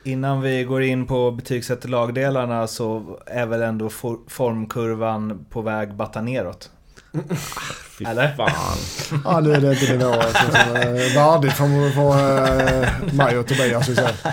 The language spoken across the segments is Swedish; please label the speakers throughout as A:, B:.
A: Innan vi går in på betygsätter lagdelarna så är väl ändå formkurvan på väg batta neråt. Eller?
B: Fan. Ja, nu är det inte nivå värdigt för mig och Tobias.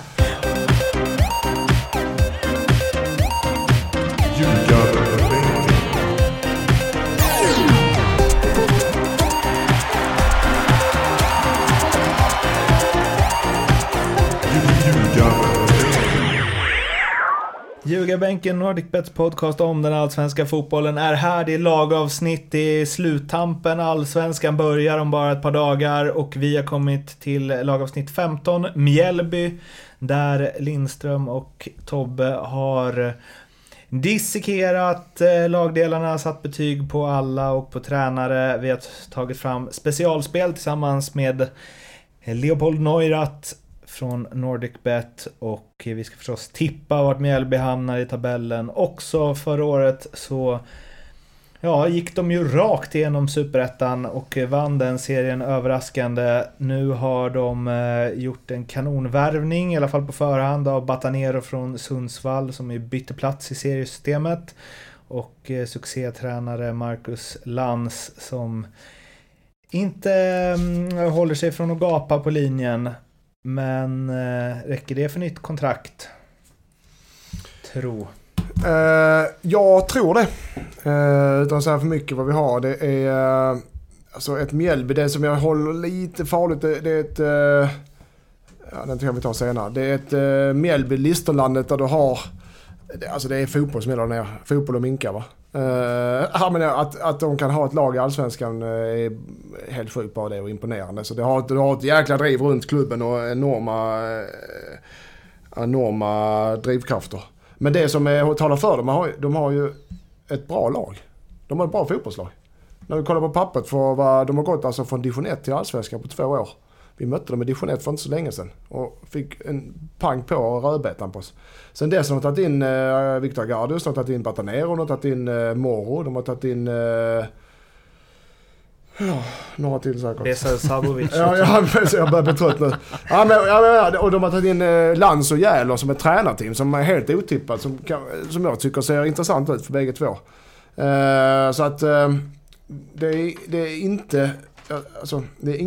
A: Ljugarbänken, NordicBets podcast om den allsvenska fotbollen är här. Det är lagavsnitt, det är sluttampen. Allsvenskan börjar om bara ett par dagar och vi har kommit till lagavsnitt 15, Mjällby, där Lindström och Tobbe har dissekerat lagdelarna, satt betyg på alla och på tränare. Vi har tagit fram specialspel tillsammans med Leopold Neurath från NordicBet och vi ska förstås tippa vart Mjällby hamnar i tabellen. Också förra året så gick de ju rakt igenom Superettan och vann den serien överraskande. Nu har de gjort en kanonvärvning, i alla fall på förhand, av Batanero från Sundsvall som är bytte plats i seriesystemet, och succétränare Marcus Lantz som inte håller sig från att gapa på linjen. Men räcker det för nytt kontrakt?
B: Jag tror det. Utan att säga för mycket vad vi har. Det är alltså ett Mjällby. Det som jag håller lite farligt. Det är ett... den kan vi ta senare. Det är ett Mjällby, Listerlandet, där du har... Alltså det är fotboll som gäller ner. Fotboll och minkar, va? Men att de kan ha ett lag i Allsvenskan är helt sjukt bara det och imponerande. Så det har ett jäkla driv runt klubben och enorma drivkrafter. Men det som talar för dem, de har ju ett bra lag. De har ett bra fotbollslag. När vi kollar på pappret för vad de har gått alltså från division 1 till Allsvenskan på 2 år. Vi mötte dem i division 1 för inte så länge sedan och fick en pang på rödbetan på oss. Sen dess har de tagit in Viktor Gardus, de har tagit in Batanero, de har tagit in Moro, de har tagit in några till säkert.
A: Besa Sabovic.
B: Jag börjar bli trött nu. Och de har tagit in Lantz och Jäler som ett tränarteam som är helt otippat, som jag tycker ser intressant ut för bägge två. Så att det är inte, alltså det är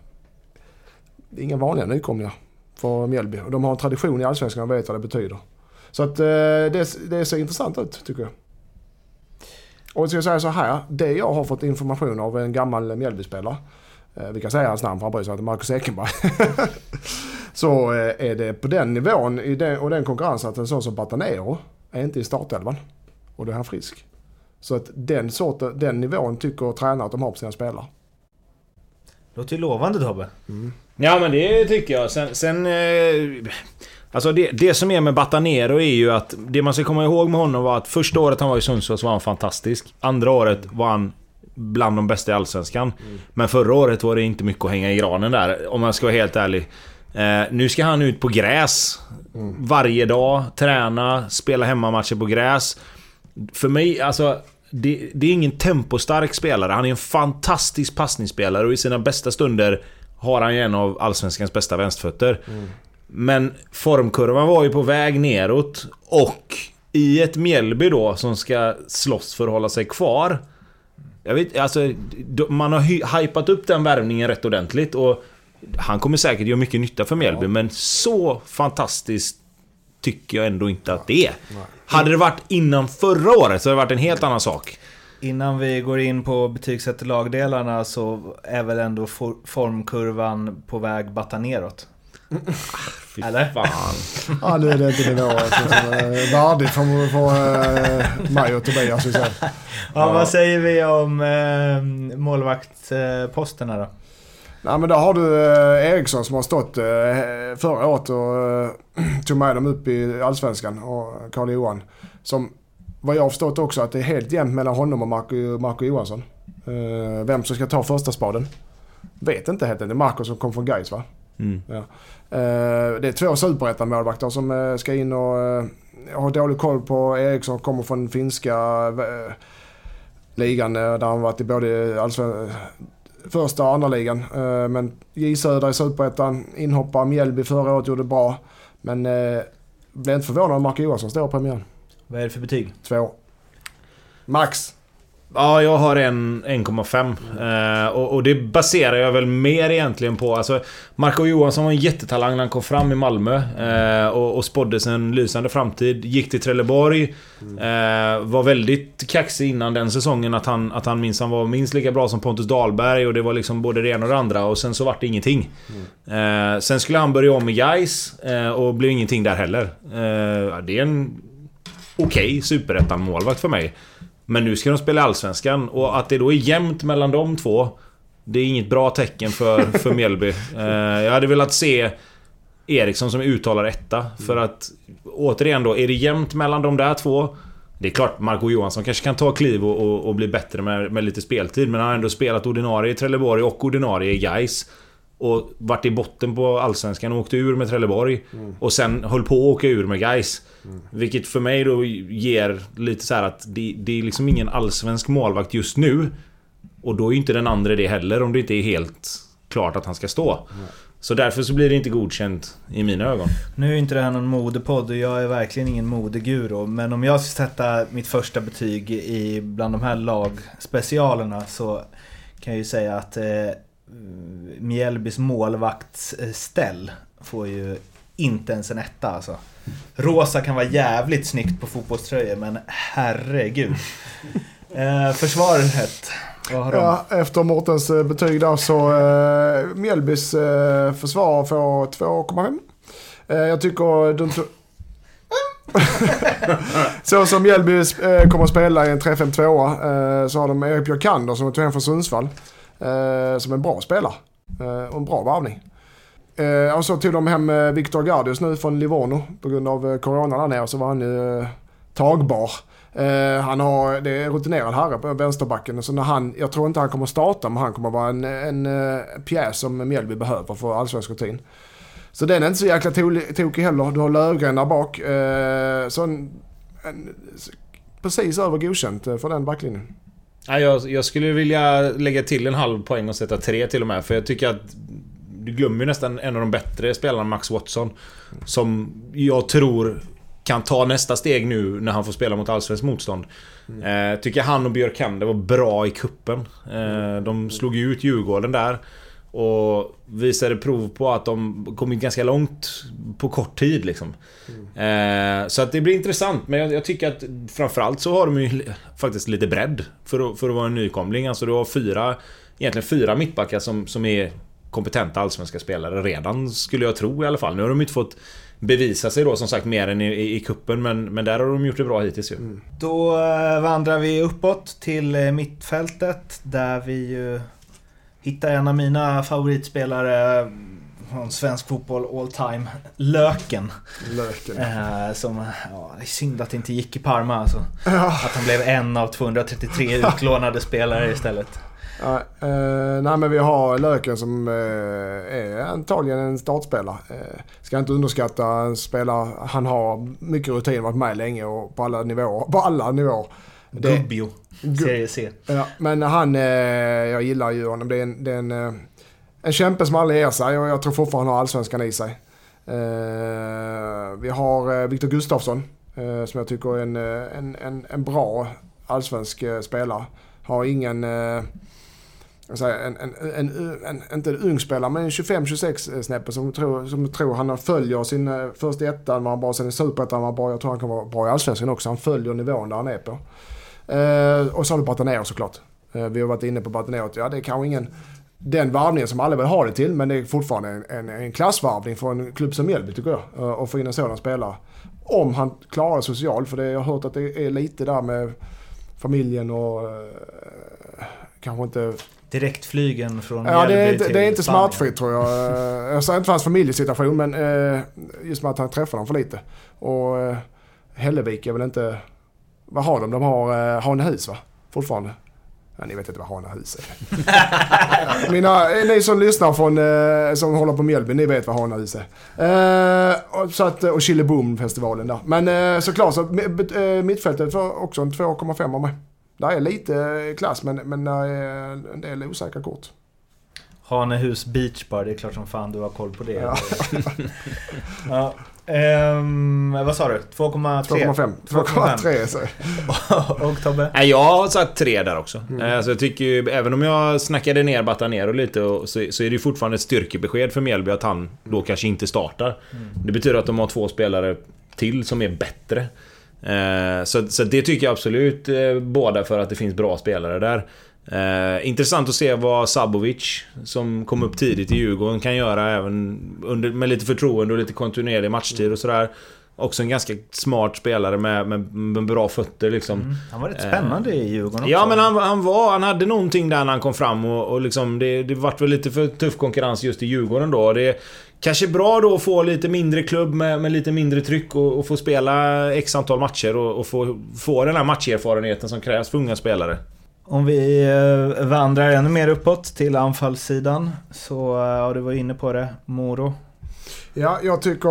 B: inga vanliga nykomlingar för Mjällby. Och de har en tradition i Allsvenskan och vet vad det betyder. Så att det ser intressant ut, tycker jag. Och jag ska säga så här. Det jag har fått information av en gammal Mjällby-spelare. Vi kan säga hans namn för han bryr sig, Marcus Ekenberg. Så är det på den nivån och den konkurrensen att en sån som Batanero är inte i startelvan. Och då är han frisk. Så att den nivån tycker tränare att de har på sina spelare.
A: Låter ju lovande, Tobbe.
C: Ja, men det tycker jag. Sen alltså det som är med Batanero är ju att det man ska komma ihåg med honom var att första året han var i Sundsvall så var han fantastisk. Andra året var han bland de bästa i Allsvenskan. Men förra året var det inte mycket att hänga i granen där, om man ska vara helt ärlig. Nu ska han ut på gräs varje dag, träna, spela hemmamatcher på gräs. För mig, alltså det är ingen tempostark spelare. Han är en fantastisk passningsspelare och i sina bästa stunder har han en av Allsvenskans bästa vänsterfötter. Men formkurvan var ju på väg neråt, och i ett Mjällby då som ska slåss för att hålla sig kvar. Jag vet, alltså man har hypat upp den värvningen rätt ordentligt och han kommer säkert göra mycket nytta för Mjällby, men så fantastiskt tycker jag ändå inte att det är. Hade det varit innan förra året så hade det varit en helt annan sak.
A: Innan vi går in på betygsätter lagdelarna så är väl ändå formkurvan på väg batta neråt. Eller?
C: Fan.
B: Ja, nu är det inte nivå värdigt för mig och Tobias.
A: Vad säger vi om målvaktposterna då?
B: Nej, men där har du Eriksson som har stått förra året och tog med dem upp i Allsvenskan, och Carl Johan som, vad jag har förstått också, att det är helt jämnt mellan honom och Marco Johansson. Vem som ska ta första spaden vet inte helt. Det är Marco som kom från Gais, va? Ja. Det är 2 superettan-målvakter som ska in, och jag har dålig koll på Eriksson, kommer från finska ligan där han varit i både första och andra ligan. Men J Söder i superettan, inhoppar Mjällby förra året, gjorde bra. Men blir inte förvånad om Marco Johansson står på premiären.
A: Vad är det för betyg?
B: 2. Max.
C: Ja, jag har 1,5. Och det baserar jag väl mer egentligen på. Alltså, Marco Johansson var en jättetalang när han kom fram i Malmö. Och spåddes en lysande framtid. Gick till Trelleborg. Var väldigt kaxig innan den säsongen. Att han var minst lika bra som Pontus Dahlberg. Och det var liksom både det ena och det andra. Och sen så var det ingenting. Sen skulle han börja om med Gais. Och blev ingenting där heller. Det är en okej superettan målvakt för mig. Men nu ska de spela Allsvenskan. Och att det då är jämnt mellan de två, det är inget bra tecken för Mjällby. Jag hade velat se Eriksson som uttalar etta. För att återigen då, är det jämnt mellan de där två. Det är klart, Marco Johansson kanske kan ta kliv och bli bättre med lite speltid. Men han har ändå spelat ordinarie i Trelleborg och ordinarie i Gais. Och varit i botten på Allsvenskan och åkte ur med Trelleborg. Och sen höll på att åka ur med Gais. Vilket för mig då ger lite så här att det är liksom ingen allsvensk målvakt just nu. Och då är ju inte den andra det heller, om det inte är helt klart att han ska stå. Så därför så blir det inte godkänt i mina ögon.
A: Nu är inte det här någon modepodd och jag är verkligen ingen modeguru. Men om jag ska sätta mitt första betyg bland de här lagspecialerna, så kan jag ju säga att Mjällbys målvaktsställ får ju inte ens en etta alltså. Rosa kan vara jävligt snyggt på fotbollströjor, men herregud. Försvaret, vad har de?
B: Ja, efter Mårtens betyg där så Mjällbys försvar får 2,5. Jag tycker så som Mjällby kommer att spela i en 3-5-2 så har de Erik Björkander som tog hem från Sundsvall som en bra spelare och en bra varvning. Och så tog de hem Viktor Gardius nu från Livorno på grund av corona där nere, så var han ju tagbar. Det är rutinerad herre på vänsterbacken, så jag tror inte han kommer starta, men han kommer vara en pjäs som Mjällby behöver för allsvensk rutin. Så den är inte så jäkla tokig heller. Du har Löfgren där bak. Så precis över godkänt för den backlinjen.
C: Jag skulle vilja lägga till en halv poäng och sätta 3 till och med. För jag tycker att du glömmer ju nästan en av de bättre spelarna, Max Watson, som jag tror kan ta nästa steg nu när han får spela mot allsvensk motstånd. Tycker han och Björkander var bra i kuppen. De slog ut Djurgården där och visade prov på att de kommit ganska långt på kort tid liksom. Så att det blir intressant. Men jag tycker att framförallt så har de ju faktiskt lite bredd för att vara en nykomling. Alltså du har fyra mittbackar som är kompetenta allsvenska spelare redan, skulle jag tro i alla fall. Nu har de inte fått bevisa sig då som sagt mer än i kuppen, men där har de gjort det bra hittills ju.
A: Då vandrar vi uppåt till mittfältet där vi ju hittar en av mina favoritspelare från svensk fotboll all time, Löken. Som, det är synd att det inte gick i Parma alltså. Att han blev en av 233 utlånade spelare istället.
B: Nej, men vi har Löken som är antagligen en startspelare. Ska inte underskatta en spelare. Han har mycket rutin, varit med länge och på alla nivåer.
A: Gubbio, Serie C.
B: Ja, men jag gillar ju honom. Det är en kämpe som aldrig ger sig, och jag tror fortfarande han har allsvenskan i sig. Vi har Viktor Gustafsson som jag tycker är en bra allsvensk spelare. Har ingen inte en ung spelare, men en 25-26 snäppe som tror han följer sin första ettan var han bra, sen i superettan var han bra. Jag tror han kan vara bra i allsvenskan också. Han följer nivån där han är på. Och så har du Batanero såklart. Vi har varit inne på Batanero. Ja, det är kanske ingen den varvningen som alla vill ha det till, men det är fortfarande en klassvarvning för en klubb som Mjällby tycker jag, och få in en sådan spelare. Om han klarar socialt, för jag har hört att det är lite där med familjen och kanske inte
A: direktflygen från
B: Mjällby till det är inte smärtfritt tror jag. Jag säger inte för hans familjesituation, men just med att han träffar dem för lite. Och Hällevik är väl inte... Vad har de? De har Hanehus va? Fortfarande. Ja, ni vet inte vad Hanehus är. Ni som lyssnar som håller på Mjällby, ni vet vad Hanehus är. Och Chilleboom-festivalen där. Men såklart så mittfältet får också en 2,5 av mig. Det är lite klass, men det är en del osäkra kort.
A: Hanehus Beach Bar, det är klart som fan du har koll på det.
B: Ja.
A: Ja. Vad sa du? 2,3?
B: 2,3 så.
A: Och Tobbe?
C: Nej, jag har sagt 3 där också. Alltså, jag tycker ju, även om jag snackade ner Batanero lite så är det ju fortfarande ett styrkebesked för Mjällby att han då kanske inte startar. Det betyder att de har 2 spelare till som är bättre. Så det tycker jag absolut, båda för att det finns bra spelare där. Intressant att se vad Sabovic, som kom upp tidigt i Djurgården, kan göra även med lite förtroende och lite kontinuerlig matchtid och sådär. Också en ganska smart spelare med bra fötter liksom.
A: Han var rätt spännande i Djurgården också.
C: Ja, men han hade någonting där när han kom fram och liksom det vart väl lite för tuff konkurrens just i Djurgården då. Det är kanske bra då att få lite mindre klubb med lite mindre tryck och få spela x antal matcher och få den här matcherfarenheten som krävs för unga spelare.
A: Om vi vandrar ännu mer uppåt till anfallssidan så, ja, du var inne på det, Moro.
B: Ja, jag tycker...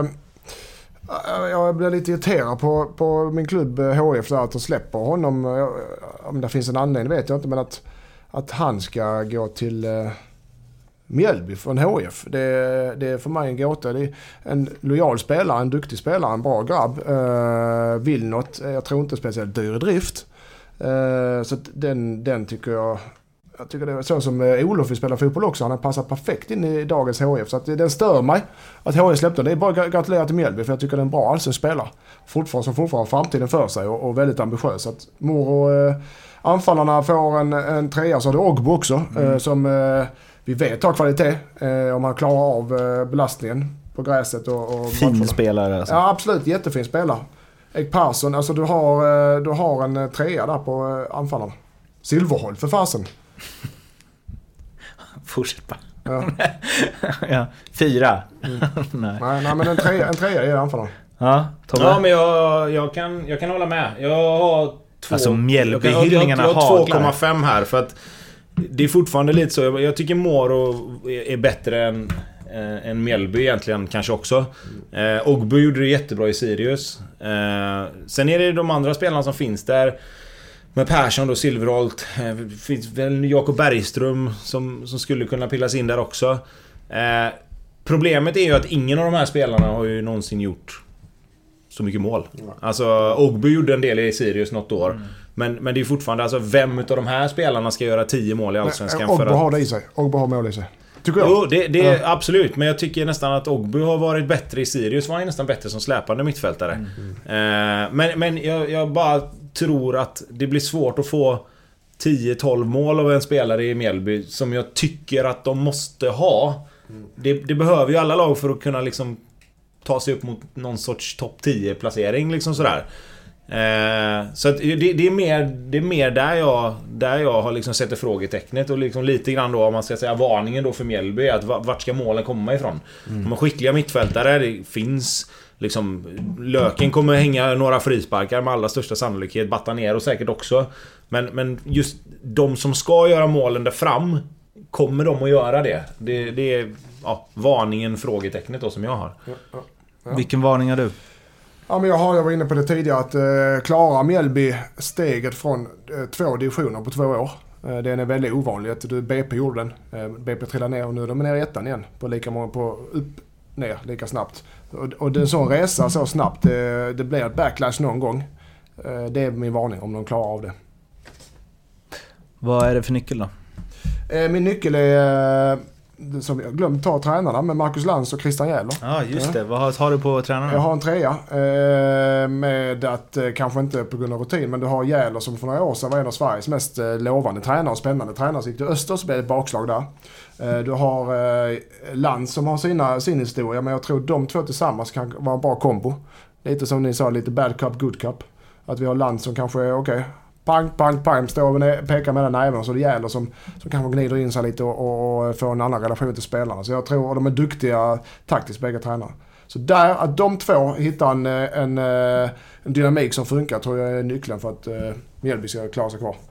B: jag blir lite irriterad på min klubb HF där, att de släpper honom. Om det finns en anledning vet jag inte, men att han ska gå till Mjällby från HF. Det är för mig en gåta. Det är en lojal spelare, en duktig spelare, en bra grabb. Vill något. Jag tror inte speciellt dyr i drift. Så att den tycker jag tycker det är så som Olof vill spela fotboll också. Han har passat perfekt in i dagens HF. Så att den stör mig att HF släppte. Det är bara att gratulera till Mjällby, för jag tycker det är en bra allsvensk spelare. Fortfarande har framtiden för sig och väldigt ambitiös. Så att Moro, anfallarna får en 3, så har det Ogbo också. Som vi vet har kvalitet. Om han klarar av belastningen på gräset. Och
A: fin spelare alltså.
B: Ja, absolut. Jättefin spelare. Ek Persson, alltså du har en 3 där på anfallarna. Silverholm för fasen.
A: Fortsätt bara.
B: Ja.
A: Ja, 4.
B: Nej, men en 3 är anfallarna.
A: Ja, Tobbe.
C: Ja, men jag kan hålla med. Jag har 2.
A: Alltså Mjällbyhyllningarna
C: jag har
A: haglar.
C: 2,5 här för att det är fortfarande lite så. Jag tycker Moro är bättre än Mjällby egentligen kanske också. Ogbu gjorde det jättebra i Sirius. Sen är det de andra spelarna som finns där. Med Persson och Silverholt. Finns väl Jakob Bergström som skulle kunna pillas in där också. Problemet är ju att ingen av de här spelarna har ju någonsin gjort så mycket mål. Alltså Ogbu gjorde en del i Sirius något år. Men det är fortfarande, alltså, vem av de här spelarna ska göra 10 mål i Allsvenskan?
B: Ogbu har det i sig. Ogbu har mål i sig. Tycker jag.
C: Jo, det är absolut. Men jag tycker nästan att Ogbu har varit bättre i Sirius. Var han nästan bättre som släpande mittfältare. Men jag bara tror att det blir svårt att få 10-12 mål av en spelare i Mjällby som jag tycker att de måste ha. Det behöver ju alla lag för att kunna liksom ta sig upp mot någon sorts topp 10-placering liksom sådär. Så att det är mer där jag har liksom sett frågetecknet och liksom lite grann då, om man ska säga varningen då för Mjällby, att vart ska målen komma ifrån? De har skickliga mittfältare, det finns liksom, Löken kommer hänga några frisparkar med alla största sannolikhet, Batanero säkert också, men just de som ska göra målen där fram, kommer de att göra det? Det är varningen, frågetecknet då som jag har.
B: Ja.
A: Vilken varning har du?
B: Ja, men jag var inne på det tidigare att klara Mjällby steget från 2 divisioner på 2 år. Den är väldigt ovanlig. BP gjorde den. BP trillade ner och nu är de ner i 1:an igen. På lika många på upp, ner lika snabbt. Och en sån resa så snabbt, det blir ett backlash någon gång. Det är min varning om de klarar av det.
A: Vad är det för nyckel då?
B: Min nyckel är, som jag glömt ta tränarna, med Marcus Lantz och Christian Jähler.
A: Ja, just det. Vad har du på tränarna?
B: Jag har en 3 med att, kanske inte på grund av rutin, men du har Jähler som för några år sedan var en av Sveriges mest lovande tränare och spännande tränare. Så gick till Östers, blev ett bakslag där. Du har Lantz som har sin historia, men jag tror de 2 tillsammans kan vara en bra kombo. Lite som ni sa, lite bad cup, good cup. Att vi har Lantz som kanske är okej. Pang, står och pekar med den näven, så det gäller som kanske gnider in sig lite och får en annan relation till spelarna. Så jag tror att de är duktiga taktiskt, bägge tränare. Så där, att de 2 hittar en dynamik som funkar, tror jag är nyckeln för att Mjällby ska klara sig kvar.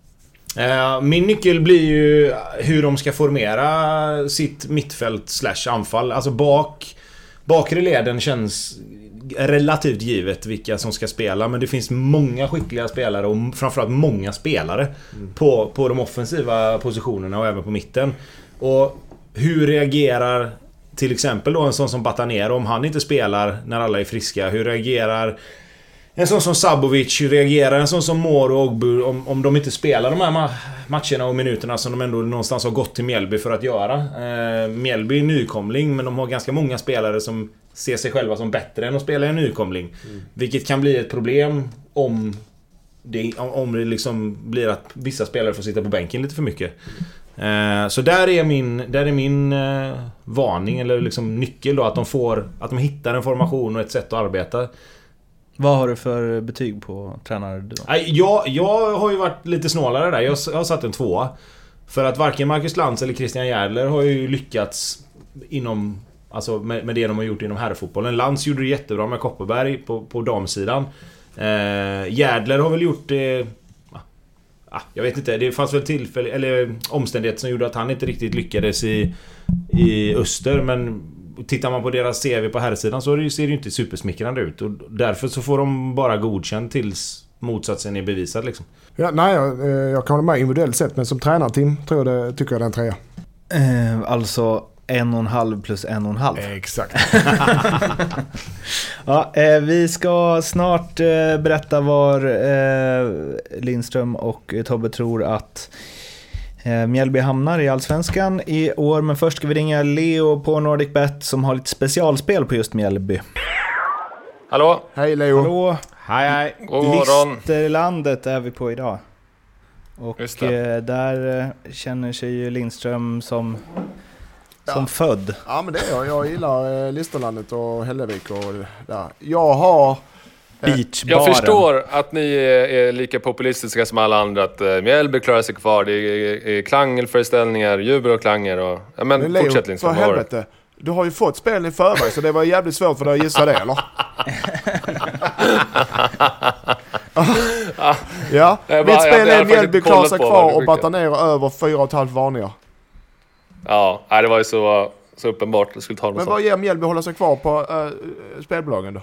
C: Min nyckel blir ju hur de ska formera sitt mittfält/anfall. Alltså bakre leden känns relativt givet vilka som ska spela, men det finns många skickliga spelare och framförallt många spelare på de offensiva positionerna och även på mitten. Och hur reagerar till exempel då en sån som Batanero om han inte spelar när alla är friska? Hur reagerar en sån som Sabovic? Hur reagerar en sån som Moro och Ogbu om de inte spelar de här matcherna och minuterna som de ändå någonstans har gått till Mjällby för att göra? Mjällby är nykomling, men de har ganska många spelare som ser sig själva som bättre än att spela en nykomling. Vilket kan bli ett problem om det liksom blir att vissa spelare får sitta på bänken lite för mycket. Så där är min varning eller liksom nyckel då, att de hittar en formation och ett sätt att arbeta.
A: Vad har du för betyg på tränare då?
C: Jag har ju varit lite snålare där. Jag har satt en 2. För att varken Marcus Lantz eller Christian Järdler har ju lyckats inom, alltså med det de har gjort inom herrfotbollen. Lantz gjorde det jättebra med Kopparberg på damsidan. Järdler har väl gjort det. Jag vet inte, det fanns väl tillfälle eller omständigheter som gjorde att han inte riktigt lyckades i Öster, men tittar man på deras CV på herrsidan så ser det ju inte supersmickrande ut, och därför så får de bara godkänt tills motsatsen är bevisad liksom.
B: Ja, nej, jag kan hålla med individuellt sett, men som tränarteam tycker jag det är en 3.
A: Alltså 1,5 plus 1,5.
B: Exakt.
A: Ja, vi ska snart berätta var Lindström och Tobbe tror att Mjällby hamnar i Allsvenskan i år. Men först ska vi ringa Leo på NordicBet som har lite specialspel på just Mjällby.
D: Hallå?
B: Hej Leo.
A: Hallå.
C: Hej.
D: God morgon.
A: Listerlandet är vi på idag. Och
D: Just det.
A: där känner sig ju Lindström som född.
B: Ja, men det är jag. Jag gillar Listerlandet och Hällevik och där. Jag har...
A: Beachbaren.
D: Jag förstår att ni är lika populistiska som alla andra, att Mjällby klarar sig kvar. Det är klangelföreställningar, jubel och klanger och... Ja, men
B: Leo,
D: fortsätt Lindström.
B: för helvete. Du har ju fått spel i förväg, så det var jävligt svårt för dig att gissa det, eller? Ja, mitt spel är Mjällby klarar sig kvar och Batanero över 4,5 varningar.
D: Ja, det var ju så uppenbart. Jag skulle ta det.
B: Men vad ger Mjällby hålla sig kvar på spelbolagen då?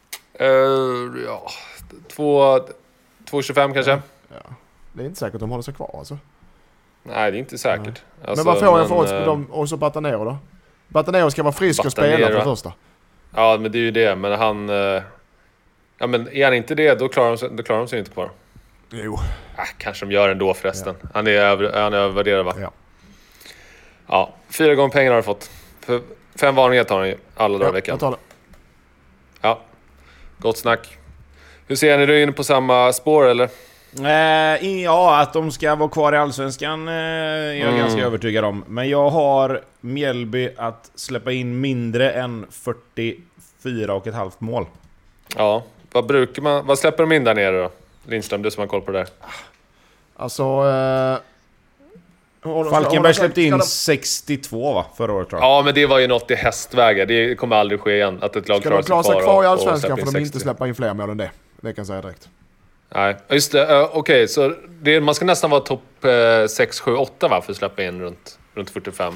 D: 2,25 kanske.
B: Ja. Det är inte säkert att de håller sig kvar alltså.
D: Nej, det är inte säkert. Alltså,
B: men vad får jag för odds på dem och så Batanero då? Batanero ska vara frisk och spela för första.
D: Ja, men det är ju det. Men han... Ja, men är han inte det, då klarar de sig inte kvar.
B: Jo.
D: Kanske de gör ändå förresten. Ja. Han är övervärderad, va? Ja, 4 gånger pengar har du fått. För 5 varningar tar han ju alla dagar i veckan.
B: Jag tar det.
D: Ja, gott snack. Hur ser ni? Är du inne på samma spår eller?
C: Ja, att de ska vara kvar i Allsvenskan är jag ganska övertygad om. Men jag har Mjällby att släppa in mindre än 44,5 mål.
D: Ja, vad släpper de in där nere då? Lindström, du som har koll på det där.
B: Alltså...
C: Falkenberg släppte in 62 va, förra året tror jag.
D: Ja, men det var ju något i hästvägar. Det kommer aldrig ske igen att ett lag klarar sig
B: kvar i Allsvenskan får de inte släppa in fler mål än det. Det kan jag säga direkt.
D: Nej, just det. Okej, så man ska nästan vara topp 6, 7, 8 va, för att släppa in runt 45.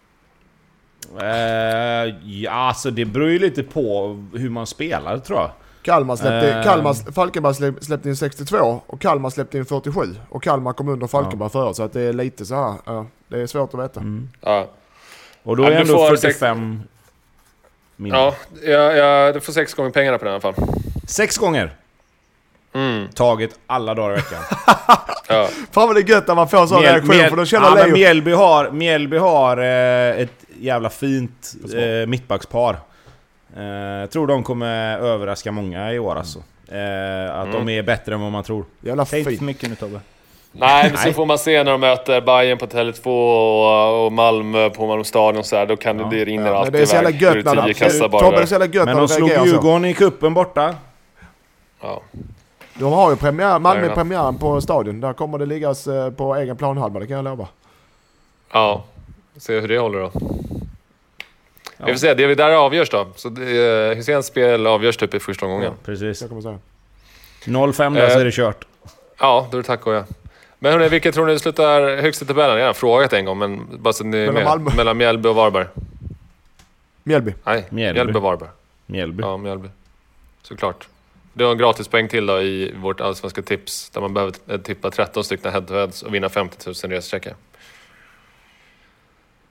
C: Ja, alltså det beror ju lite på hur man spelar tror jag.
B: Falkenberg släppte in 62 och Kalmar släppte in 47 och Kalmar kom under Falkenberg förut, så att det är lite så här. Ja, det är svårt att veta.
D: Ja.
C: Och då är ändå 45 mindre.
D: Ja, du får 6 gånger pengarna på den i alla fall.
C: 6 gånger. Taget alla dagar i veckan.
B: Ja. Fan vad det är gött när man får sån reaktion, för då känner Leo.
C: Mjällby har ett jävla fint mittbackspar. Jag tror de kommer överraska många i år alltså. Att de är bättre än vad man tror.
B: Jävla
A: fint. Inte mycket nu Tobbe.
D: Nej, men så får man se när de möter Bayern på Tele2 och Malmö på Malmö stadion så här, då kan det rinner allt
B: iväg. Det är så jävla gött när
C: men de slog Djurgården i kuppen borta.
D: Ja.
B: De har ju Malmö-premiären på stadion. Där kommer det liggas på egen planhalva, det kan jag lova.
D: Ja, se hur det håller då. Vi får se, det är där det avgörs då. Så Hyséns spel avgörs typ i första gången.
C: Ja, precis.
B: Jag kommer säga.
C: 0-5 där så är det kört.
D: Ja, då är det tack och jag. Men hörni, vilka tror ni slutar högst i tabellen? Jag har frågat en gång, men bara så ni är med. Mellan Mjällby och Varberg.
B: Mjällby.
D: Nej, Mjällby och Varberg.
C: Mjällby.
D: Ja, Mjällby. Såklart. Det är en gratis poäng till då i vårt allsvenska tips. Där man behöver tippa 13 stycken head-to-heads och vinna 50 000 resecheckar.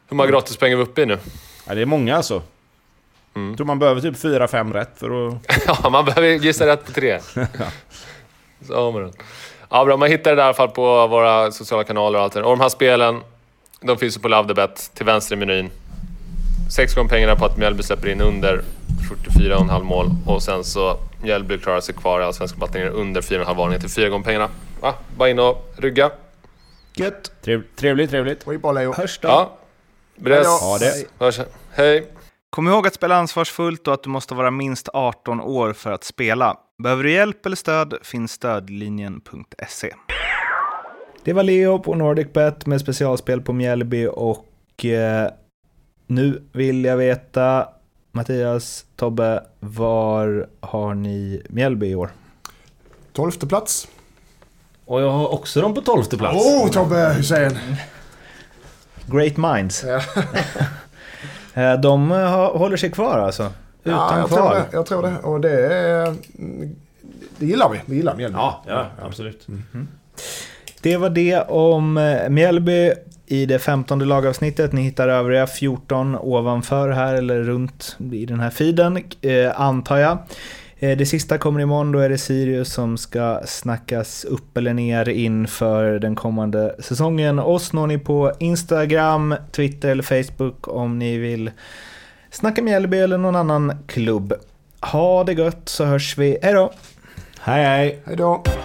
D: Hur många gratispengar är vi uppe i nu?
C: Ja, det är många alltså. Jag tror man behöver typ 4-5 rätt för att...
D: Ja, man behöver gissa rätt på 3. Så har man den. Ja, bra. Man hittar det där i alla fall på våra sociala kanaler och allt det. Och de här spelen, de finns ju på Love the Bet till vänster i menyn. 6 gånger pengarna på att Mjällby släpper in under 44,5 mål. Och sen så Mjällby klarar sig kvar i allsvenska battningen under 4,5 varningar till 4 gånger pengarna. Bara in och rygga.
A: Gött.
C: Trevligt.
B: Skitbra Leo.
A: Hörs då.
D: Ja. Bres.
C: Ja, det.
D: Hörs. Hej.
A: Kom ihåg att spela ansvarsfullt och att du måste vara minst 18 år för att spela. Behöver du hjälp eller stöd finns stödlinjen.se. Det var Leo på NordicBet med specialspel på Mjällby och nu vill jag veta, Mattias, Tobbe, var har ni Mjällby i år?
B: 12:e plats.
C: Och jag har också dem på 12:e plats.
B: Tobbe Hussein.
A: Great minds. De håller sig kvar alltså. Utan kvar.
B: Jag tror det. Och det gillar vi. Vi gillar Mjällby.
C: Ja, absolut.
A: Det var det om Mjällby i det 15:e lagavsnittet. Ni hittar övriga 14 ovanför här eller runt i den här feeden, antar jag. Det sista kommer imorgon, då är det Sirius som ska snackas upp eller ner inför den kommande säsongen. Oss når ni på Instagram, Twitter eller Facebook om ni vill snacka Mjällby eller någon annan klubb. Ha det gött så hörs vi. Hej då!
C: Hej.
B: Hej då.